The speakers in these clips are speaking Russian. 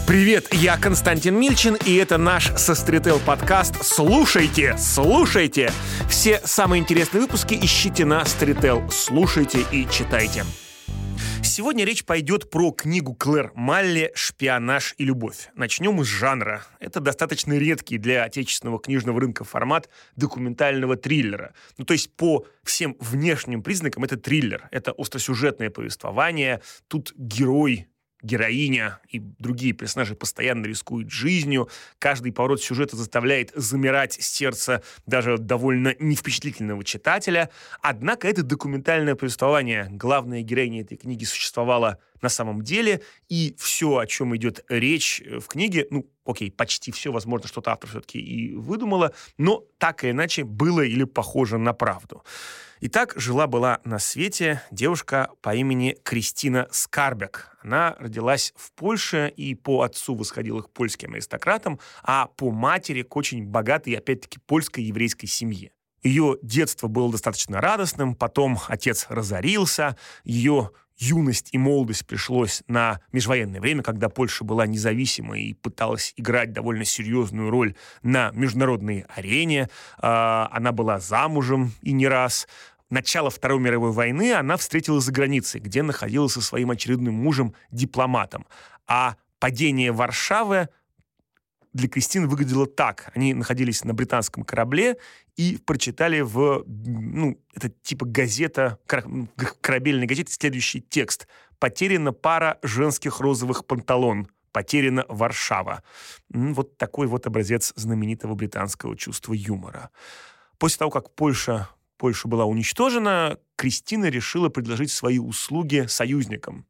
Привет, я Константин Мильчин, и это наш со Storytel подкаст «Слушайте, слушайте». Все самые интересные выпуски ищите на Storytel. Слушайте и читайте. Сегодня речь пойдет про книгу Клэр Малли «Шпионаж и любовь». Начнем с жанра. Это достаточно редкий для отечественного книжного рынка формат документального триллера. То есть по всем внешним признакам это триллер. Это остросюжетное повествование. Тут героиня и другие персонажи постоянно рискуют жизнью. Каждый поворот сюжета заставляет замирать сердце даже довольно невпечатлительного читателя. Однако это документальное повествование. Главная героиня этой книги существовала на самом деле, и все, о чем идет речь в книге, почти все, возможно, что-то автор все-таки и выдумала, но так или иначе было или похоже на правду. Итак, жила-была на свете девушка по имени Кристина Скарбек. Она родилась в Польше и по отцу восходила к польским аристократам, а по матери к очень богатой, опять-таки, польской еврейской семье. Ее детство было достаточно радостным, потом отец разорился, ее юность и молодость пришлось на межвоенное время, когда Польша была независимой и пыталась играть довольно серьезную роль на международной арене. Она была замужем и не раз. Начало Второй мировой войны она встретила за границей, где находилась со своим очередным мужем-дипломатом. А падение Варшавы для Кристины выглядело так. Они находились на британском корабле и прочитали это типа газета, корабельной газеты, следующий текст. «Потеряна пара женских розовых панталон. Потеряна Варшава». Вот такой вот образец знаменитого британского чувства юмора. После того, как Польша была уничтожена, Кристина решила предложить свои услуги союзникам.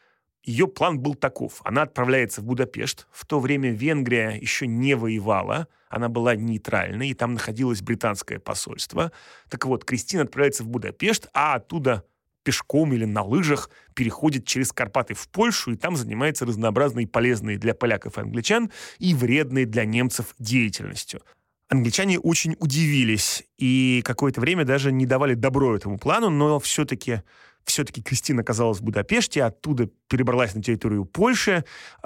Ее план был таков. Она отправляется в Будапешт. В то время Венгрия еще не воевала. Она была нейтральной, и там находилось британское посольство. Так вот, Кристина отправляется в Будапешт, а оттуда пешком или на лыжах переходит через Карпаты в Польшу, и там занимается разнообразной полезной для поляков и англичан и вредной для немцев деятельностью. Англичане очень удивились и какое-то время даже не давали добро этому плану, но все-таки Кристина оказалась в Будапеште, оттуда перебралась на территорию Польши.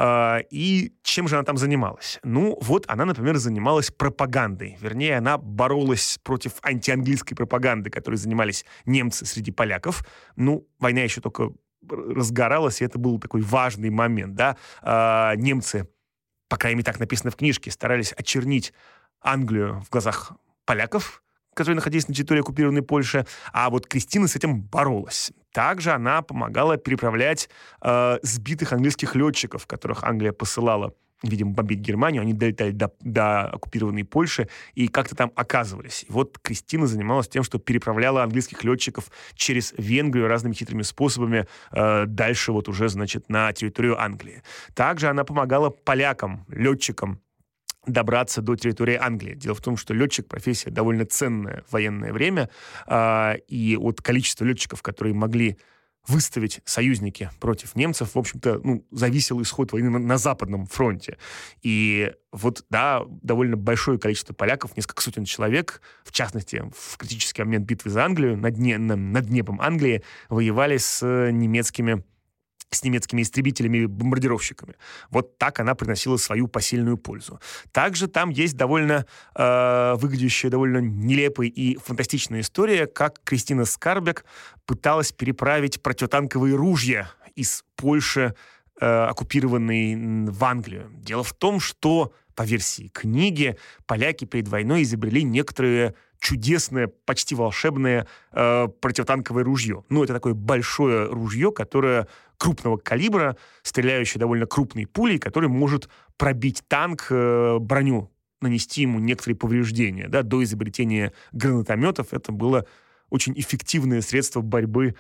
И чем же она там занималась? Она, например, занималась пропагандой. Вернее, она боролась против антианглийской пропаганды, которой занимались немцы среди поляков. Война еще только разгоралась, и это был такой важный момент. Немцы, по крайней мере, так написано в книжке, старались очернить Англию в глазах поляков, которые находились на территории оккупированной Польши, а вот Кристина с этим боролась. Также она помогала переправлять сбитых английских летчиков, которых Англия посылала, видимо, бомбить Германию. Они долетали до оккупированной Польши и как-то там оказывались. И вот Кристина занималась тем, что переправляла английских летчиков через Венгрию разными хитрыми способами дальше на территорию Англии. Также она помогала полякам, летчикам, добраться до территории Англии. Дело в том, что летчик — профессия довольно ценная в военное время, и от количества летчиков, которые могли выставить союзники против немцев, в общем-то, зависел исход войны на Западном фронте. И довольно большое количество поляков, несколько сотен человек, в частности, в критический момент битвы за Англию, над Днепром Англии, воевали с немецкими истребителями и бомбардировщиками. Вот так она приносила свою посильную пользу. Также там есть довольно выглядящая, довольно нелепая и фантастичная история, как Кристина Скарбек пыталась переправить противотанковые ружья из Польши, оккупированной в Англию. Дело в том, что, по версии книги, поляки перед войной изобрели некоторые чудесное, почти волшебное противотанковое ружье. Это такое большое ружье, которое крупного калибра, стреляющее довольно крупной пулей, который может пробить танк, броню, нанести ему некоторые повреждения. До изобретения гранатометов это было очень эффективное средство борьбы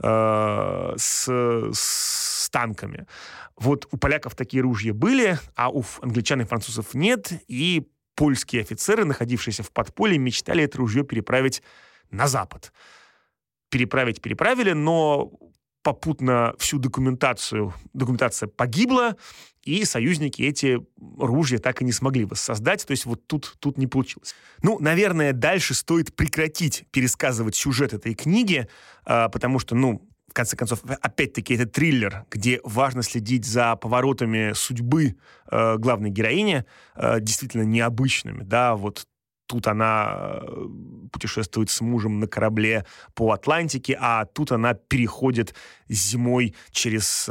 с танками. Вот у поляков такие ружья были, а у англичан и французов нет, и польские офицеры, находившиеся в подполье, мечтали это ружье переправить на Запад. Переправили, но попутно всю документация погибла, и союзники эти ружья так и не смогли воссоздать. То есть вот тут не получилось. Наверное, дальше стоит прекратить пересказывать сюжет этой книги, потому что, в конце концов, опять-таки, это триллер, где важно следить за поворотами судьбы главной героини, действительно необычными, да, вот тут она путешествует с мужем на корабле по Атлантике, а тут она переходит зимой через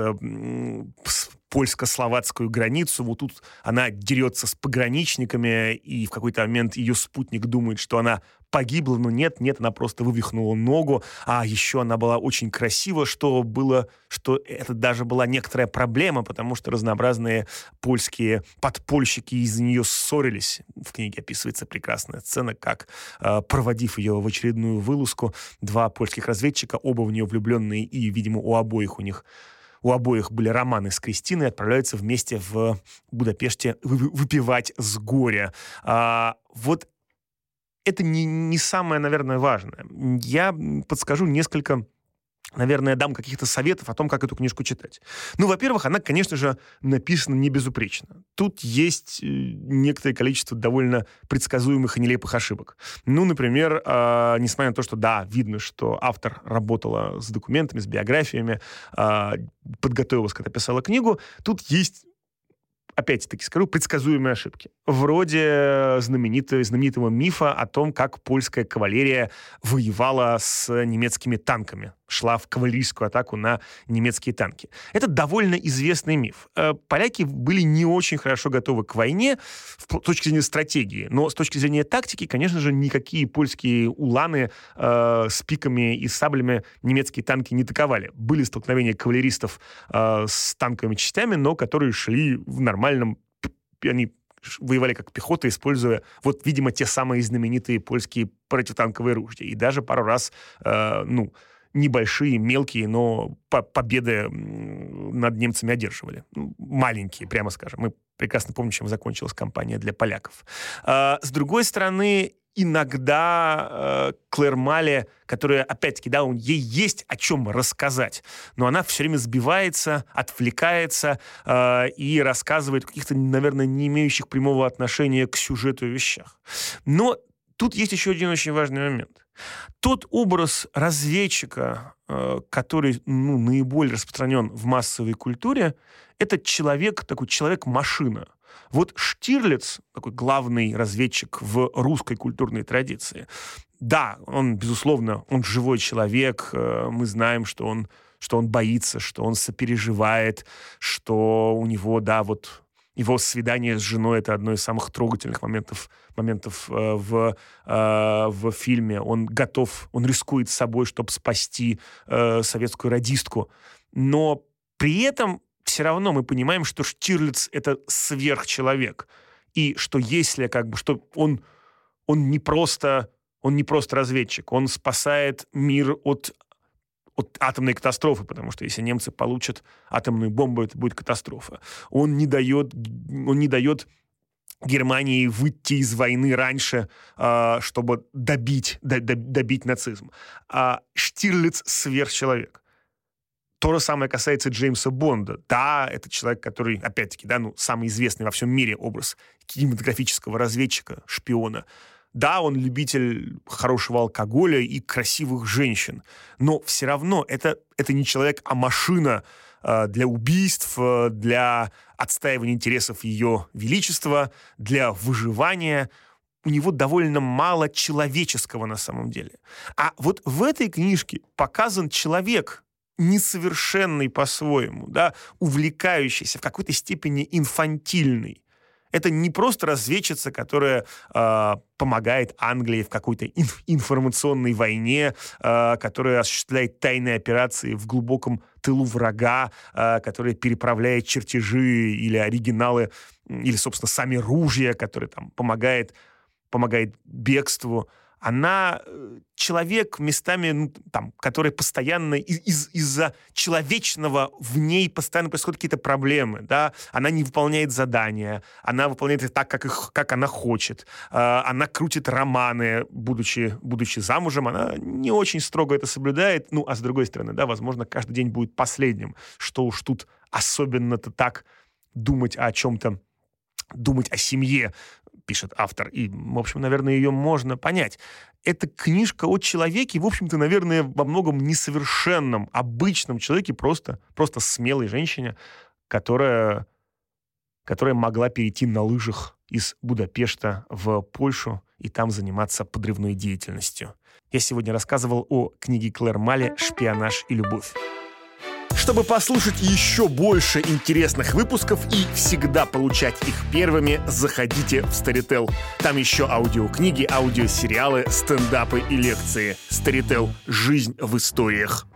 польско-словацкую границу. Вот тут она дерется с пограничниками, и в какой-то момент ее спутник думает, что она погибла, но нет, она просто вывихнула ногу, а еще она была очень красива, что это даже была некоторая проблема, потому что разнообразные польские подпольщики из-за нее ссорились. В книге описывается прекрасная сцена, как, проводив ее в очередную вылазку, два польских разведчика, оба в нее влюбленные, и, видимо, у обоих были романы с Кристиной, отправляются вместе в Будапеште выпивать с горя. Вот это не самое, наверное, важное. Я подскажу несколько, наверное, дам каких-то советов о том, как эту книжку читать. Ну, во-первых, она, конечно же, написана не безупречно. Тут есть некоторое количество довольно предсказуемых и нелепых ошибок. Ну, например, несмотря на то, что, да, видно, что автор работала с документами, с биографиями, подготовилась, когда писала книгу, тут есть, опять-таки скажу, предсказуемые ошибки. Вроде знаменитого мифа о том, как польская кавалерия воевала с немецкими танками, шла в кавалерийскую атаку на немецкие танки. Это довольно известный миф. Поляки были не очень хорошо готовы к войне с точки зрения стратегии, но с точки зрения тактики, конечно же, никакие польские уланы с пиками и саблями немецкие танки не атаковали. Были столкновения кавалеристов с танковыми частями, но которые шли в нормальном... Они воевали как пехота, используя, вот, видимо, те самые знаменитые польские противотанковые ружья. И даже пару раз, небольшие, мелкие, но победы над немцами одерживали. Маленькие, прямо скажем. Мы прекрасно помним, чем закончилась кампания для поляков. С другой стороны, иногда Клэр Мале, которая, опять-таки, да, ей есть о чем рассказать, но она все время сбивается, отвлекается и рассказывает о каких-то, наверное, не имеющих прямого отношения к сюжету вещах. Но тут есть еще один очень важный момент. Тот образ разведчика, который наиболее распространен в массовой культуре, это такой человек-машина. Вот Штирлиц, такой главный разведчик в русской культурной традиции, да, он, безусловно, он живой человек, мы знаем, что он боится, что он сопереживает, что у него, да, вот его свидание с женой — это одно из самых трогательных моментов в фильме. Он готов, он рискует собой, чтобы спасти советскую радистку. Но при этом все равно мы понимаем, что Штирлиц — это сверхчеловек. И что если что он не просто разведчик, он спасает мир от атомной катастрофы, потому что если немцы получат атомную бомбу, это будет катастрофа. Он не дает Германии выйти из войны раньше, чтобы добить нацизм. Штирлиц — сверхчеловек. То же самое касается Джеймса Бонда. Да, это человек, который, опять-таки, да, самый известный во всем мире образ кинематографического разведчика, шпиона. Да, он любитель хорошего алкоголя и красивых женщин, но все равно это не человек, а машина для убийств, для отстаивания интересов Ее Величества, для выживания. У него довольно мало человеческого на самом деле. А вот в этой книжке показан человек, несовершенный по-своему, да, увлекающийся, в какой-то степени инфантильный. Это не просто разведчица, которая помогает Англии в какой-то информационной войне, которая осуществляет тайные операции в глубоком тылу врага, которая переправляет чертежи или оригиналы, или, собственно, сами ружья, которые там помогает бегству. Она человек местами, который постоянно из-за человечного в ней постоянно происходят какие-то проблемы, да, она не выполняет задания, она выполняет их так, как она хочет, она крутит романы, будучи замужем, она не очень строго это соблюдает, а с другой стороны, да, возможно, каждый день будет последним, что уж тут особенно-то так думать о чем-то, думать о семье. пишет автор, и, в общем, наверное, ее можно понять. Это книжка о человеке, в общем-то, наверное, во многом несовершенном, обычном человеке, просто смелой женщине, которая могла перейти на лыжах из Будапешта в Польшу и там заниматься подрывной деятельностью. Я сегодня рассказывал о книге Клэр Мале «Шпионаж и любовь». Чтобы послушать еще больше интересных выпусков и всегда получать их первыми, заходите в Storytel. Там еще аудиокниги, аудиосериалы, стендапы и лекции. Storytel. Жизнь в историях.